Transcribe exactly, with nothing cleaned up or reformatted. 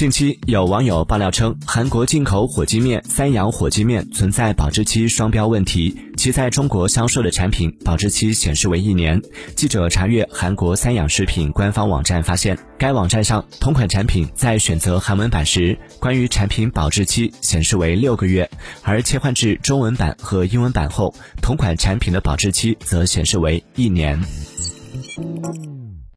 近期有网友爆料称，韩国进口火鸡面三养火鸡面存在保质期双标问题，其在中国销售的产品保质期显示为一年。记者查阅韩国三养食品官方网站发现，该网站上同款产品在选择韩文版时，关于产品保质期显示为六个月，而切换至中文版和英文版后，同款产品的保质期则显示为一年。